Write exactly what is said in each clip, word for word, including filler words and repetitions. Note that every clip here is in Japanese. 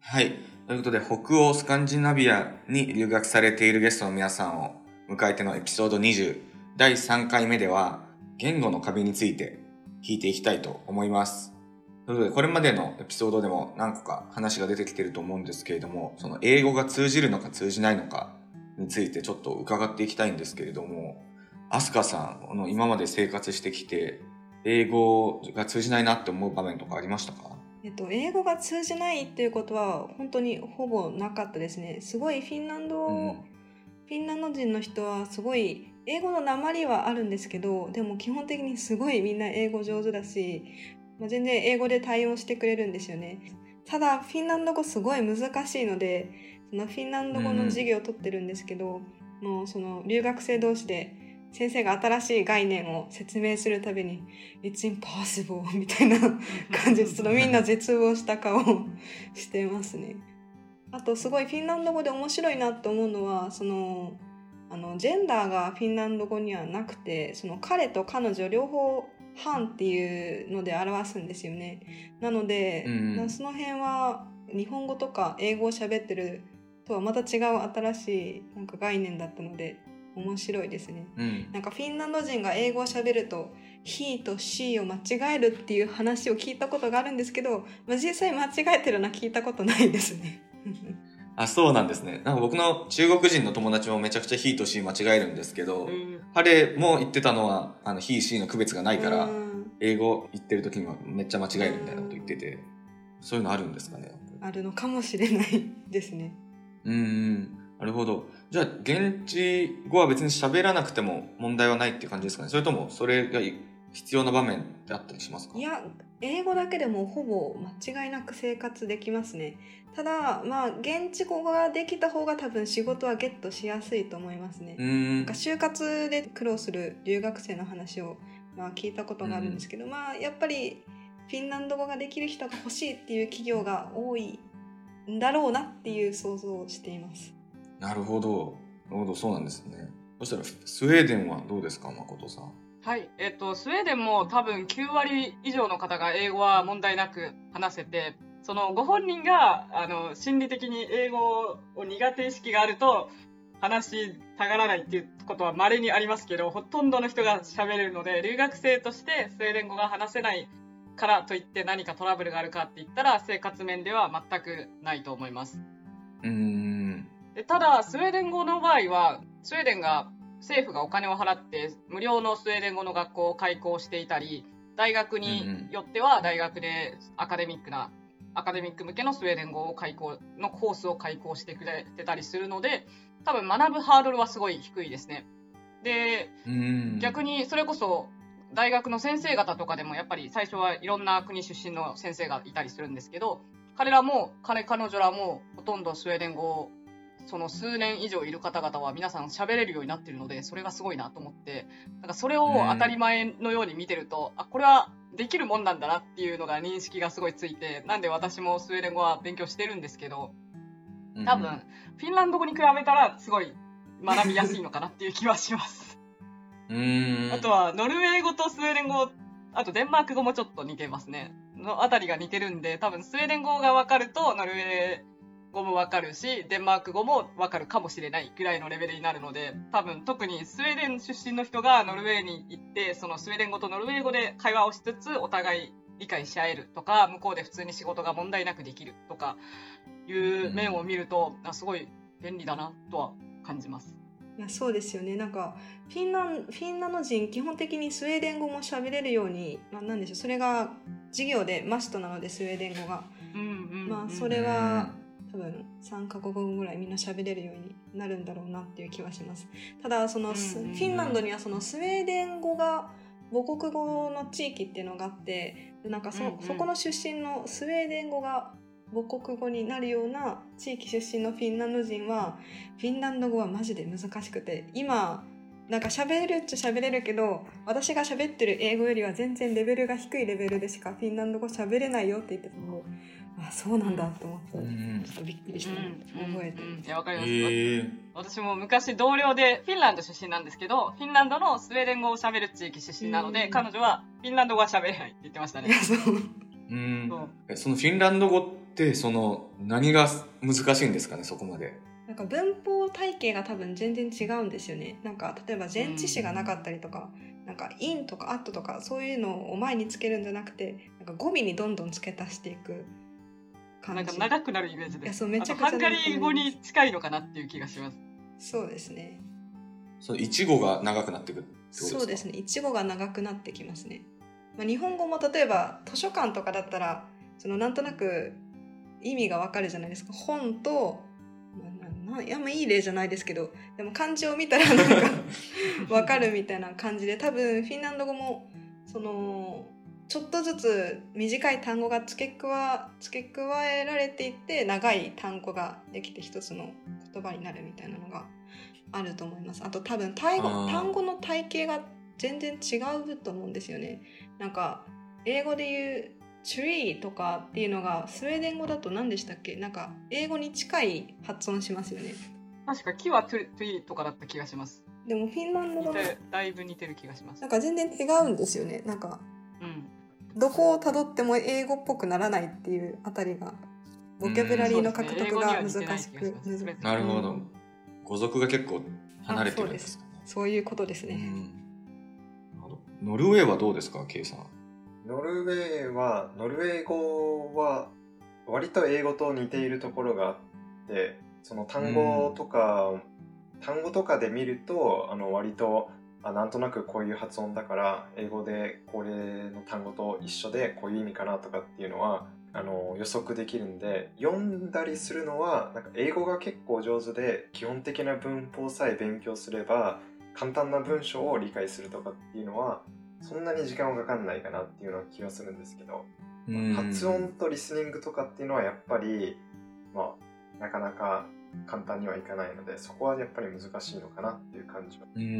はい。ということで、北欧スカンジナビアに留学されているゲストの皆さんを迎えてのエピソードにじゅう、だいさんかいめでは、言語の壁について聞いていきたいと思います。ということで、これまでのエピソードでも何個か話が出てきていると思うんですけれども、その英語が通じるのか通じないのかについてちょっと伺っていきたいんですけれども、アスカさん、の今まで生活してきて、英語が通じないなって思う場面とかありましたか？ えっと、英語が通じないっていうことは本当にほぼなかったですね。すごいフィンランド、うん、フィンランド人の人はすごい英語の訛りはあるんですけど、でも基本的にすごいみんな英語上手だし、まあ、全然英語で対応してくれるんですよね。ただフィンランド語すごい難しいので、そのフィンランド語の授業を取ってるんですけど、うん、もうその留学生同士で先生が新しい概念を説明するたびに It's impossible みたいな感じでそのみんな絶望した顔をしてますね。あとすごいフィンランド語で面白いなと思うのは、そのあのジェンダーがフィンランド語にはなくて、その彼と彼女両方反っていうので表すんですよね。なので、うん、その辺は日本語とか英語を喋ってるとはまた違う新しいなんか概念だったので面白いですね、うん、なんかフィンランド人が英語を喋ると he と she を間違えるっていう話を聞いたことがあるんですけど、まあ、実際間違えてるのは聞いたことないですねあ、そうなんですね。なんか僕の中国人の友達もめちゃくちゃ he と she 間違えるんですけど、うん、彼も言ってたのはあの he she の区別がないから、うん、英語言ってる時にはめっちゃ間違えるみたいなこと言ってて、うん、そういうのあるんですかね。 あるのかもしれないですね。 うん、なるほど。じゃあ現地語は別に喋らなくても問題はないっていう感じですかね。それともそれが必要な場面ってあったりしますか？ いや、英語だけでもほぼ間違いなく生活できますね。ただまあ現地語ができた方が多分仕事はゲットしやすいと思いますね。なんか就活で苦労する留学生の話をまあ聞いたことがあるんですけど、まあやっぱりフィンランド語ができる人が欲しいっていう企業が多いんだろうなっていう想像をしています。 なるほど。なるほど、そうなんですね。そしたらスウェーデンはどうですか、誠さん。 はい、えっと、スウェーデンも多分きゅうわり以上の方が英語は問題なく話せて、そのご本人があの心理的に英語を苦手意識があると話したがらないっていうことは稀にありますけど、ほとんどの人が喋れるので、留学生としてスウェーデン語が話せないからといって何かトラブルがあるかって言ったら生活面では全くないと思います。 うーんでただスウェーデン語の場合はスウェーデンが政府がお金を払って無料のスウェーデン語の学校を開講していたり、大学によっては大学でアカデミックなアカデミック向けのスウェーデン語を開講のコースを開講してくれてたりするので、多分学ぶハードルはすごい低いですね。で、逆にそれこそ大学の先生方とかでもやっぱり最初はいろんな国出身の先生がいたりするんですけど、彼らも彼彼女らもほとんどスウェーデン語をその数年以上いる方々は皆さん喋れるようになっているので、それがすごいなと思って、なんかそれを当たり前のように見てると、あ、これはできるもんなんだなっていうのが認識がすごいついて、なんで私もスウェーデン語は勉強してるんですけど、多分フィンランド語に比べたらすごい学びやすいのかなっていう気はしますうーんあとはノルウェー語とスウェーデン語、あとデンマーク語もちょっと似てますね。のあたりが似てるんで、多分スウェーデン語が分かるとノルウェー語もわかるし、デンマーク語もわかるかもしれないぐらいのレベルになるので、多分特にスウェーデン出身の人がノルウェーに行って、そのスウェーデン語とノルウェー語で会話をしつつお互い理解し合えるとか、向こうで普通に仕事が問題なくできるとかいう面を見ると、うん、すごい便利だなとは感じます。 いや、そうですよね。なんかフィンランフィンランド人基本的にスウェーデン語も喋れるように、まあ、なんでしょう、それが授業でマストなので、スウェーデン語が、うんうんうん、まあそれは多分さんカ国語ぐらいみんな喋れるようになるんだろうなっていう気はします。ただその、うんうんうん、フィンランドにはそのスウェーデン語が母国語の地域っていうのがあって、なんか そ,、うんうん、そこの出身のスウェーデン語が母国語になるような地域出身のフィンランド人はフィンランド語はマジで難しくて、今なんか喋れるっちゃ喋れるけど、私が喋ってる英語よりは全然レベルが低いレベルでしかフィンランド語喋れないよって言ってたのを、あ、そうなんだと思って、うん、ちょっとびっくりした、うん、覚えて、 うんうん、いや、わかります、えー、私も昔同僚でフィンランド出身なんですけど、フィンランドのスウェーデン語を喋る地域出身なので、うん、彼女はフィンランド語は喋れないって言ってましたね。 そううん、そのフィンランド語っってその何が難しいんですかね、そこまで。 なんか文法体系が多分全然違うんですよね。なんか例えば前置詞がなかったりとか、なんか in とか at とかそういうのを前につけるんじゃなくて、なんか語尾にどんどん付け足していく感じ。 なんか長くなるイメージです。 いや、そう、めちゃくちゃハンガリー語に近いのかなっていう気がします。 そうですね。 その一語が長くなってくるってことですか？ そうですね。一語が長くなってきますね。まあ、日本語も例えば図書館とかだったらそのなんとなく意味がわかるじゃないですか。本となないやまあいい例じゃないですけど、でも漢字を見たらなんかわかるみたいな感じで、多分フィンランド語もそのちょっとずつ短い単語が付け加付け加えられていって長い単語ができて一つの言葉になるみたいなのがあると思います。あと多分単語単語の体系が全然違うと思うんですよね。なんか英語で言う tree とかっていうのがスウェーデン語だと何でしたっけ？なんか英語に近い発音しますよね。 確か木は tree とかだった気がします。 でもフィンランド語のだいぶ似てる気がします。 なんか全然違うんですよね。なんか、 うん、 どこをたどっても英語っぽくならないっていうあたりがボキャブラリーの獲得が難しく、 なるほど。語族が結構離れてるんですかね。 そうです。そういうことですね。 うん、ノルウェーはどうですか、ケイさん？ ノルウェーはノルウェー語は割と英語と似ているところがあって、その単語とか、うん、単語とかで見るとあの割とあなんとなくこういう発音だから英語でこれの単語と一緒でこういう意味かなとかっていうのはあの予測できるんで、読んだりするのはなんか英語が結構上手で基本的な文法さえ勉強すれば簡単な文章を理解するとかっていうのはそんなに時間はかかんないかなっていうのは気がするんですけど、発音とリスニングとかっていうのはやっぱり、まあ、なかなか簡単にはいかないので、そこはやっぱり難しいのかなっていう感じは。 うんうん。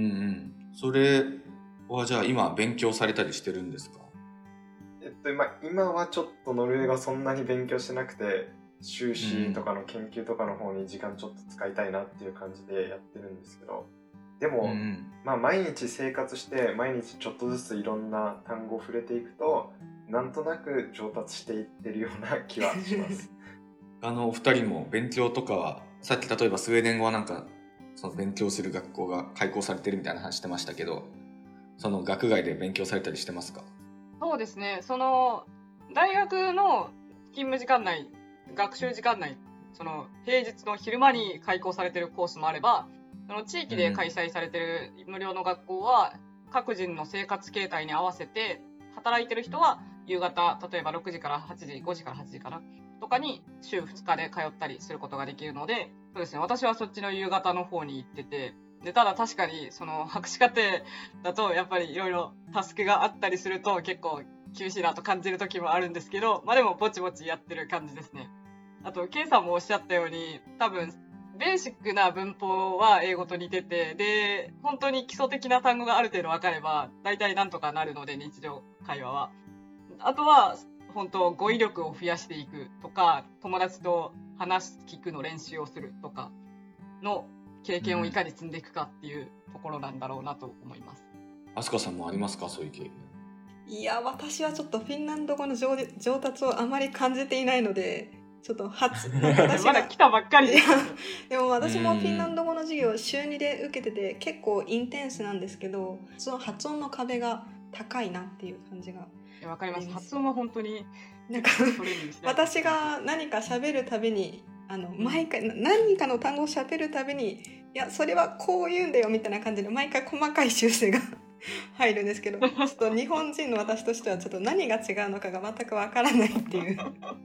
それはじゃあ今勉強されたりしてるんですか？ えっと、まあ、今はちょっとノルウェー語そんなに勉強してなくて、修士とかの研究とかの方に時間ちょっと使いたいなっていう感じでやってるんですけど、でも、うんまあ、毎日生活して毎日ちょっとずついろんな単語を触れていくとなんとなく上達していってるような気はしますあのお二人も勉強とかはさっき例えばスウェーデン語はなんかその勉強する学校が開校されてるみたいな話してましたけど、その学外で勉強されたりしてますか？ そうですね、その大学の勤務時間内、学習時間内、その平日の昼間に開講されてるコースもあれば、その地域で開催されてる無料の学校は各人の生活形態に合わせて働いてる人は夕方、例えばろくじからはちじ、ごじからはちじかなとかに週ふつかで通ったりすることができるので、そうですね、私はそっちの夕方の方に行ってて、でただ確かにその博士課程だとやっぱりいろいろタスクがあったりすると結構厳しいなと感じる時もあるんですけど、まあでもぼちぼちやってる感じですね。あと K さんもおっしゃったように多分ベーシックな文法は英語と似てて、で本当に基礎的な単語がある程度分かれば大体なんとかなるので、日常会話は。あとは本当語彙力を増やしていくとか、友達と話す聞くの練習をするとかの経験をいかに積んでいくかっていうところなんだろうなと思います。 あすかさんもありますか、そういう経験？ いや、私はちょっとフィンランド語の 上, 上達をあまり感じていないので、ちょっと初私まだ来たばっかりです。 でも私もフィンランド語の授業を週にで受けてて結構インテンスなんですけど、その発音の壁が高いなっていう感じが。 わかります。発音は本当になんか私が何か喋るたびにあの毎回何かの単語を喋るたびに、いやそれはこう言うんだよみたいな感じで毎回細かい修正が入るんですけど、ちょっと日本人の私としてはちょっと何が違うのかが全くわからないっていう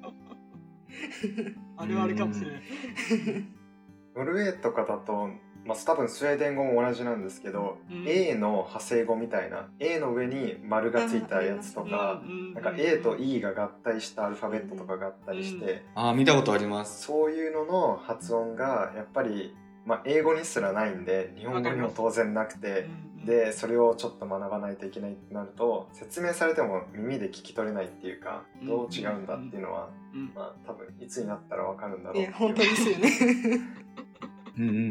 あれはあるかもしれないノルウェーとかだと、まあ、多分スウェーデン語も同じなんですけど、うん、A の派生語みたいな A の上に丸がついたやつとか、なんか A と E が合体したアルファベットとかがあったりして、 うん、あ見たことあります。 そういうのの発音がやっぱり、まあ、英語にすらないんで日本語にも当然なくて、でそれをちょっと学ばないといけないってなると説明されても耳で聞き取れないっていうか、どう違うんだっていうのは、まあ、多分いつになったら分かるんだろうっていう。 いや本当ですよねうんうんうん、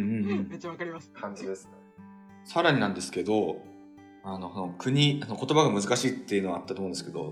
めっちゃわかります。 感じですね。 さらになんですけど、あの国あの言葉が難しいっていうのはあったと思うんですけど、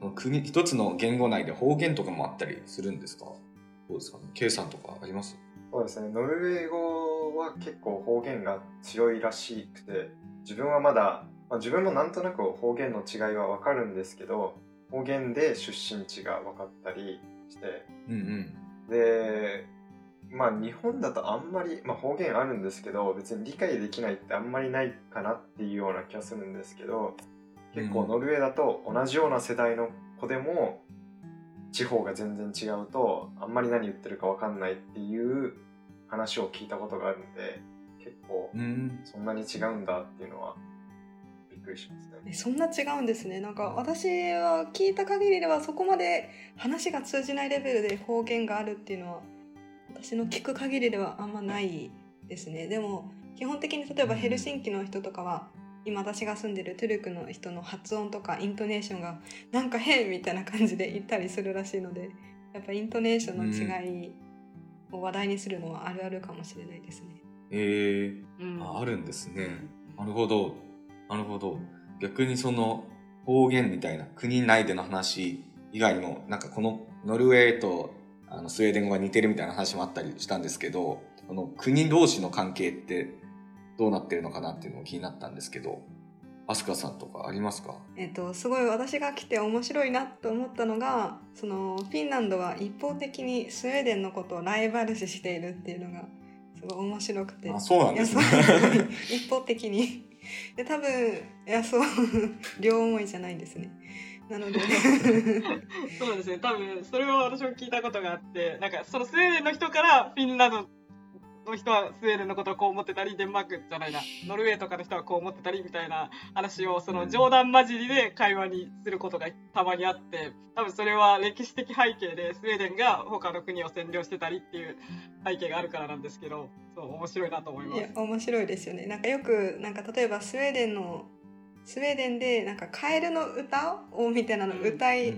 国一つの言語内で方言とかもあったりするんですか？どうですかね、K さんとかあります？ そうですね、ノルウェー語は結構方言が強いらしくて、自分はまだ、まあ、自分もなんとなく方言の違いは分かるんですけど、方言で出身地が分かったりして、 うんうん、 でまあ日本だとあんまり、まあ、方言あるんですけど別に理解できないってあんまりないかなっていうような気がするんですけど、結構ノルウェーだと同じような世代の子でも地方が全然違うとあんまり何言ってるか分かんないっていう話を聞いたことがあるんで、結構そんなに違うんだっていうのはびっくりしますね。 そんな違うんですね。なんか私は聞いた限りではそこまで話が通じないレベルで方言があるっていうのは私の聞く限りではあんまないですね。でも基本的に例えばヘルシンキの人とかは、今私が住んでるトゥルクの人の発音とかイントネーションがなんか変みたいな感じで言ったりするらしいので、やっぱイントネーションの違いを話題にするのはあるあるかもしれないですね。 えーうん、あ, あるんですね。なるほどなるほど。逆にその方言みたいな国内での話以外にも、なんかこのノルウェーとあのスウェーデン語が似てるみたいな話もあったりしたんですけど、この国同士の関係ってどうなってるのかなっていうのも気になったんですけど、アスカさんとかありますか？ えっと、すごい私が来て面白いなと思ったのが、そのフィンランドは一方的にスウェーデンのことをライバル視しているっていうのがすごい面白くて。 あ、そうなんですね。 一方的にで多分いやそう両思いじゃないんですね。なのでそうですね、多分それを私も聞いたことがあって、なんかそのスウェーデンの人からフィンランドの人はスウェーデンのことをこう思ってたり、デンマークじゃないな、ノルウェーとかの人はこう思ってたりみたいな話をその冗談交じりで会話にすることがたまにあって、多分それは歴史的背景でスウェーデンが他の国を占領してたりっていう背景があるからなんですけど、そう面白いなと思います。いや面白いですよね。なんかよくなんか例えばスウェーデンのスウェーデンでなんかカエルの歌をみたいなの歌い、うん、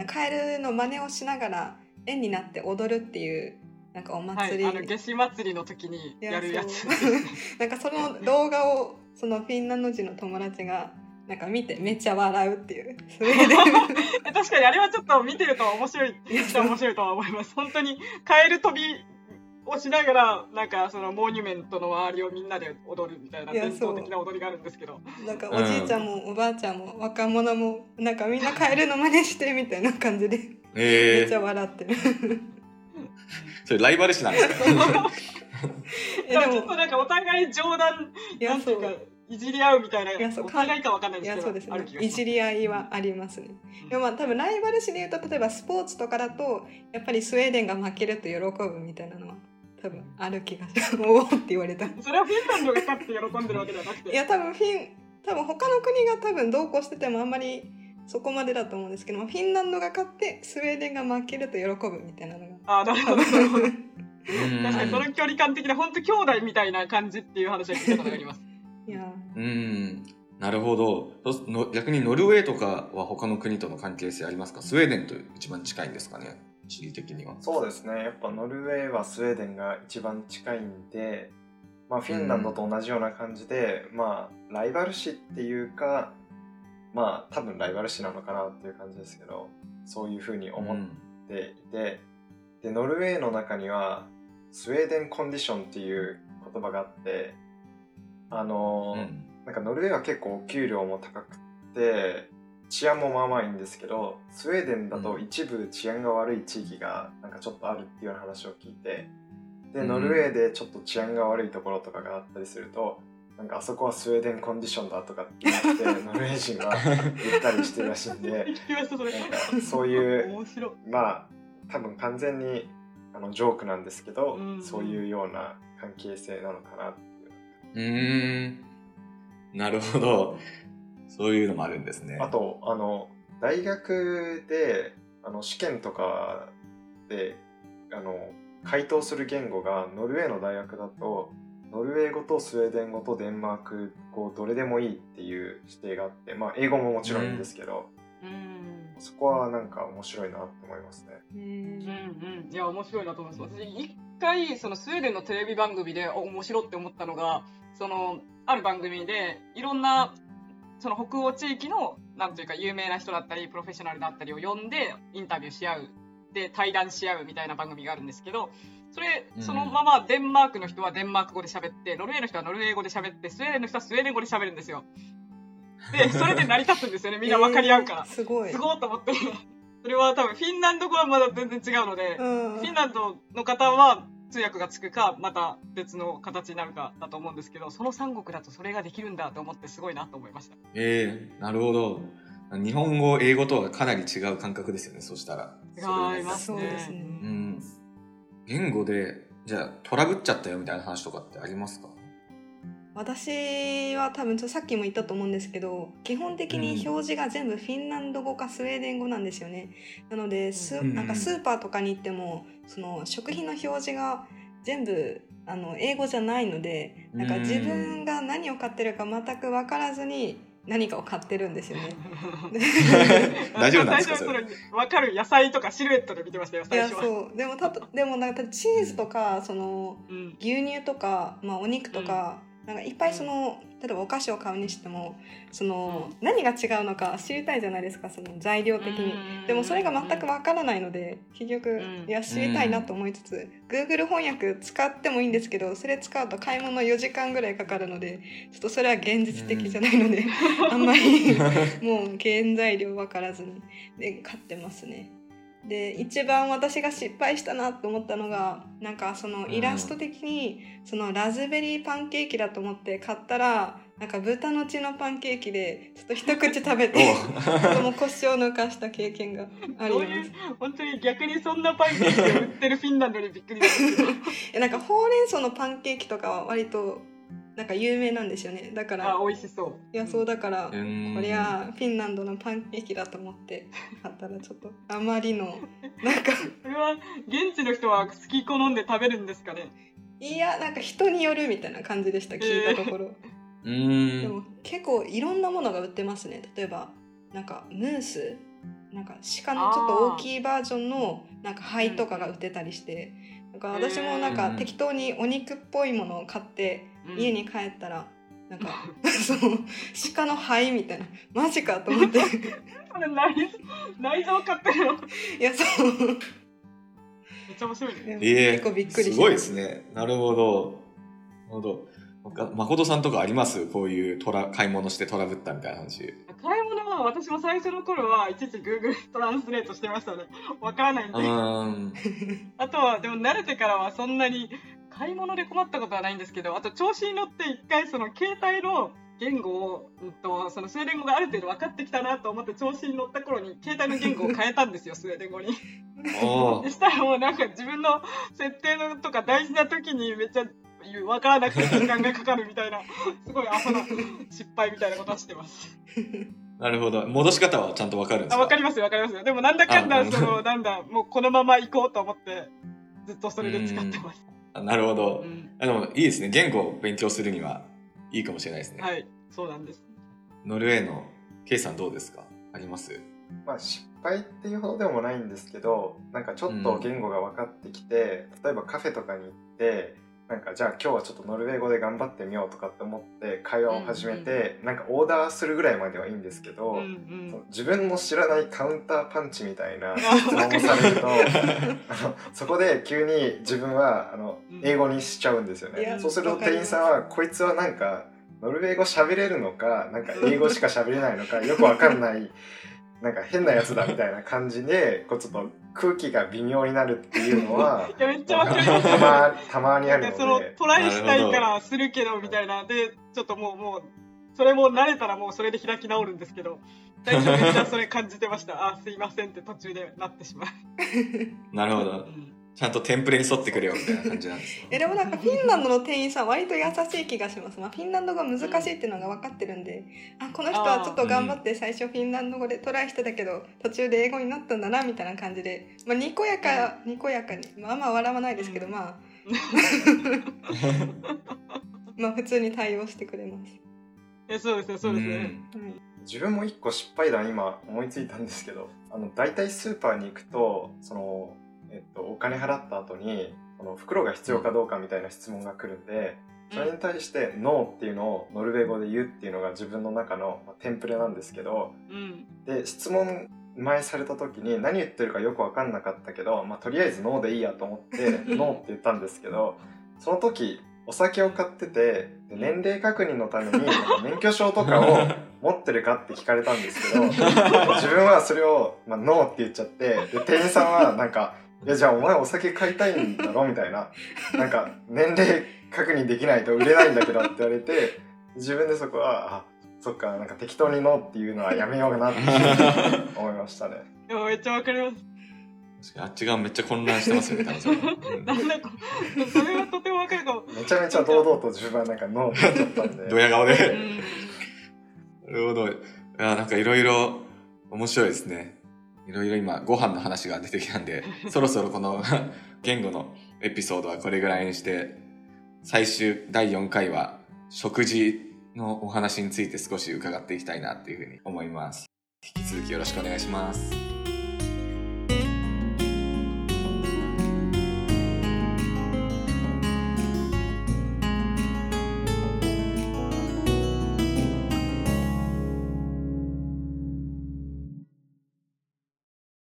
カエルの真似をしながら円になって踊るっていうなんかお祭り、 はい、あの夏至祭りの時にやるやつなんかその動画をそのフィンランド人の友達がなんか見てめっちゃ笑うっていうスウェーデン確かにあれはちょっと見てると面白い面白いとは思います。本当にカエル飛びをしながらなんかそのモニュメントの周りをみんなで踊るみたいな伝統的な踊りがあるんですけど、 なんかおじいちゃんもおばあちゃんも若者もなんかみんなカエルの真似してみたいな感じで、えー、めっちゃ笑ってるそれライバル視なんですか？ でもちょっとなんかお互い冗談なんていうかいじり合うみたいな、お互いか分かんないですけど、いやそうですね、 いじり合いはありますね、うん、でもまあ多分ライバル視で言うと例えばスポーツとかだとやっぱりスウェーデンが負けると喜ぶみたいなのは多分ある気がする。おおって言われた。 それはフィンランドが勝って喜んでるわけじゃなくて、 いや多分フィン多分他の国が多分どうこうしててもあんまりそこまでだと思うんですけども、フィンランドが勝ってスウェーデンが負けると喜ぶみたいなのが、 あ、なるほどなるほど確かにその距離感的な本当兄弟みたいな感じっていう話は聞いたことがあります。 いやうん、なるほど。逆にノルウェーとかは他の国との関係性ありますか？スウェーデンと一番近いんですかね、地理的には。 そうですね、やっぱノルウェーはスウェーデンが一番近いんで、まあ、フィンランドと同じような感じで、うん、まあライバル視っていうか、まあ多分ライバル視なのかなっていう感じですけど、そういうふうに思っていて、うん、でノルウェーの中にはスウェーデンコンディションっていう言葉があって、あの、うん、なんかノルウェーは結構お給料も高くて治安もまあまあいいんですけど、スウェーデンだと一部治安が悪い地域がなんかちょっとあるっていうような話を聞いて、でノルウェーでちょっと治安が悪いところとかがあったりすると、なんかあそこはスウェーデンコンディションだとかって言ってノルウェー人は言ったりしてるらしいんでなんかそういうまあ多分完全にあのジョークなんですけど、うんうん、そういうような関係性なのかなっていう。 うーん、なるほど、そういうのもあるんですね。 あとあの大学であの試験とかであの回答する言語がノルウェーの大学だとノルウェー語とスウェーデン語とデンマーク語どれでもいいっていう指定があって、まあ英語ももちろんいいんですけど、うん、そこはなんか面白いなと思いますね。 うんうん、いや面白いなと思います。私一回そのスウェーデンのテレビ番組で面白って思ったのが、そのある番組でいろんなその北欧地域のなんていうか有名な人だったりプロフェッショナルだったりを呼んでインタビューし合うで対談し合うみたいな番組があるんですけど、それそのままデンマークの人はデンマーク語で喋って、ノルウェーの人はノルウェー語で喋って、スウェーデンの人はスウェーデン語で喋るんですよ。でそれで成り立つんですよね、みんな分かり合うから、 えー、すごいすごいと思って。それは多分フィンランド語はまだ全然違うので、 うん、 フィンランドの方は通訳がつくかまた別の形になるかだと思うんですけど、その三国だとそれができるんだと思ってすごいなと思いました。 えー、なるほど。日本語英語とはかなり違う感覚ですよね、そしたら。 違いますね。 そうですね。 うん。言語でじゃあトラブっちゃったよみたいな話とかってありますか？ 私は多分さっきも言ったと思うんですけど、基本的に表示が全部フィンランド語かスウェーデン語なんですよね。なのでス、 うん、 なんかスーパーとかに行ってもその食品の表示が全部あの英語じゃないので、なんか自分が何を買ってるか全く分からずに何かを買ってるんですよね。 大丈夫なんですか？ 最初はそれ分かる野菜とかシルエットで見てましたよ、最初は。 いやそうでもたとでもなんかチーズとかその、うん、牛乳とか、まあ、お肉とか、うん、なんかいっぱいその、うん、例えばお菓子を買うにしてもその、うん、何が違うのか知りたいじゃないですか、その材料的に、うん、でもそれが全くわからないので結局、うん、いや知りたいなと思いつつ、うん、Google 翻訳使ってもいいんですけど、それ使うと買い物よじかんぐらいかかるのでちょっとそれは現実的じゃないので、うん、あんまりもう原材料わからずにで買ってますね。で一番私が失敗したなと思ったのが、なんかそのイラスト的にそのラズベリーパンケーキだと思って買ったら、なんか豚の血のパンケーキでちょっと一口食べてその腰を抜かした経験があります。 本当に逆にそんなパンケーキを売ってるフィンランドにびっくりですなんかほうれん草のパンケーキとかは割となんか有名なんですよね。だからあ美味しそう。 いやそうだから、うん、こりゃフィンランドのパンケーキだと思って買ったらちょっとあまりのなんかそれは現地の人は好き好んで食べるんですかね？ いやなんか人によるみたいな感じでした、聞いたところ。 えー、 でも結構いろんなものが売ってますね。例えばなんかムース、なんか鹿のちょっと大きいバージョンのなんか灰とかが売ってたりして、なんか私もなんか適当にお肉っぽいものを買って家に帰ったら、なんかその鹿の灰みたいな、マジかと思ってそれ内内臓買ってるの？ いやそうめっちゃ面白いね。 えー、 結構びっくりしすごいですね。なるほどなるほど。誠さんとかあります？こういうトラ買い物してトラブったみたいな話。 買い物は私も最初の頃はいちいち Google トランスレートしてましたね。わからないんで。あとはでも慣れてからはそんなに買い物で困ったことはないんですけど、あと調子に乗って一回その携帯の言語を、うんと、そのスウェーデン語がある程度分かってきたなと思って調子に乗った頃に携帯の言語を変えたんですよスウェーデン語に。そしたらもうなんか自分の設定のとか大事な時にめっちゃ分からなくて時間がかかるみたいなすごいアホな失敗みたいなことはしてます。 なるほど。戻し方はちゃんと分かるんですか？ あ、分かりますよ分かりますよ。でもなんだかんだそのなんだもうこのまま行こうと思ってずっとそれで使ってます。 あ、なるほど、うん、あでもいいですね。言語を勉強するにはいいかもしれないですね。 はい、そうなんです。 ノルウェーのケイさんどうですか？あります？ まあ失敗っていうほどでもないんですけど、なんかちょっと言語が分かってきて、うん、例えばカフェとかに行ってなんかじゃあ今日はちょっとノルウェー語で頑張ってみようとかって思って会話を始めて、うんうん、なんかオーダーするぐらいまではいいんですけど、うんうん、自分の知らないカウンターパンチみたいな質問をされるとあのそこで急に自分はあの英語にしちゃうんですよね、うん、そうすると店員さんはこいつはなんかノルウェー語喋れるのかなんか英語しか喋れないのかよくわかんないなんか変なやつだみたいな感じでこうちょっと空気が微妙になるっていうのはいやめっちゃわかります。 たまたまにあるので、 そのトライしたいからするけどみたいなでちょっともうもうそれも慣れたらもうそれで開き直るんですけど、最初めっちゃそれ感じてました。あ、すいませんって途中でなってしまう。 なるほど。うんちゃんとテンプレに沿ってくれよみたいな感じなんですえでもなんかフィンランドの店員さん割と優しい気がします、まあ、フィンランドが難しいっていうのが分かってるんで、あこの人はちょっと頑張って最初フィンランド語でトライしてたけど途中で英語になったんだなみたいな感じで、まあ、にこやかにこやかに、まあ、あんま笑わないですけど、まあまあ普通に対応してくれます。 えそうですねそうですね、はい、 自分も一個失敗談今思いついたんですけど、あのだいたいスーパーに行くとそのえっと、お金払った後にその袋が必要かどうかみたいな質問が来るんで、 それに対してノーっていうのをノルウェー語で言うっていうのが自分の中のテンプレなんですけど、 うん、 で質問前された時に何言ってるかよく分かんなかったけど、まあ、とりあえずノーでいいやと思ってノーって言ったんですけど、その時お酒を買ってて、で年齢確認のためになんか免許証とかを持ってるかって聞かれたんですけど自分はそれを、まあ、ノーって言っちゃって、で店員さんはなんかいやじゃあお前お酒買いたいんだろみたいな、なんか年齢確認できないと売れないんだけどって言われて、自分でそこはあそっか、なんか適当にノーっていうのはやめようかなって思いましたね。 でもめっちゃわかります。 あっち側めっちゃ混乱してますよね、多分それ。うん、 なんだかそれはとてもわかるかも。 めちゃめちゃ堂々と自分はなんかノーって言っちゃったんで。 ドヤ顔で。 うん、 なるほど。いや、なんかいろいろ面白いですね。いろいろ今ご飯の話が出てきたんで、そろそろこの言語のエピソードはこれぐらいにして、最終だいよんかいは食事のお話について少し伺っていきたいなっていうふうに思います。引き続きよろしくお願いします。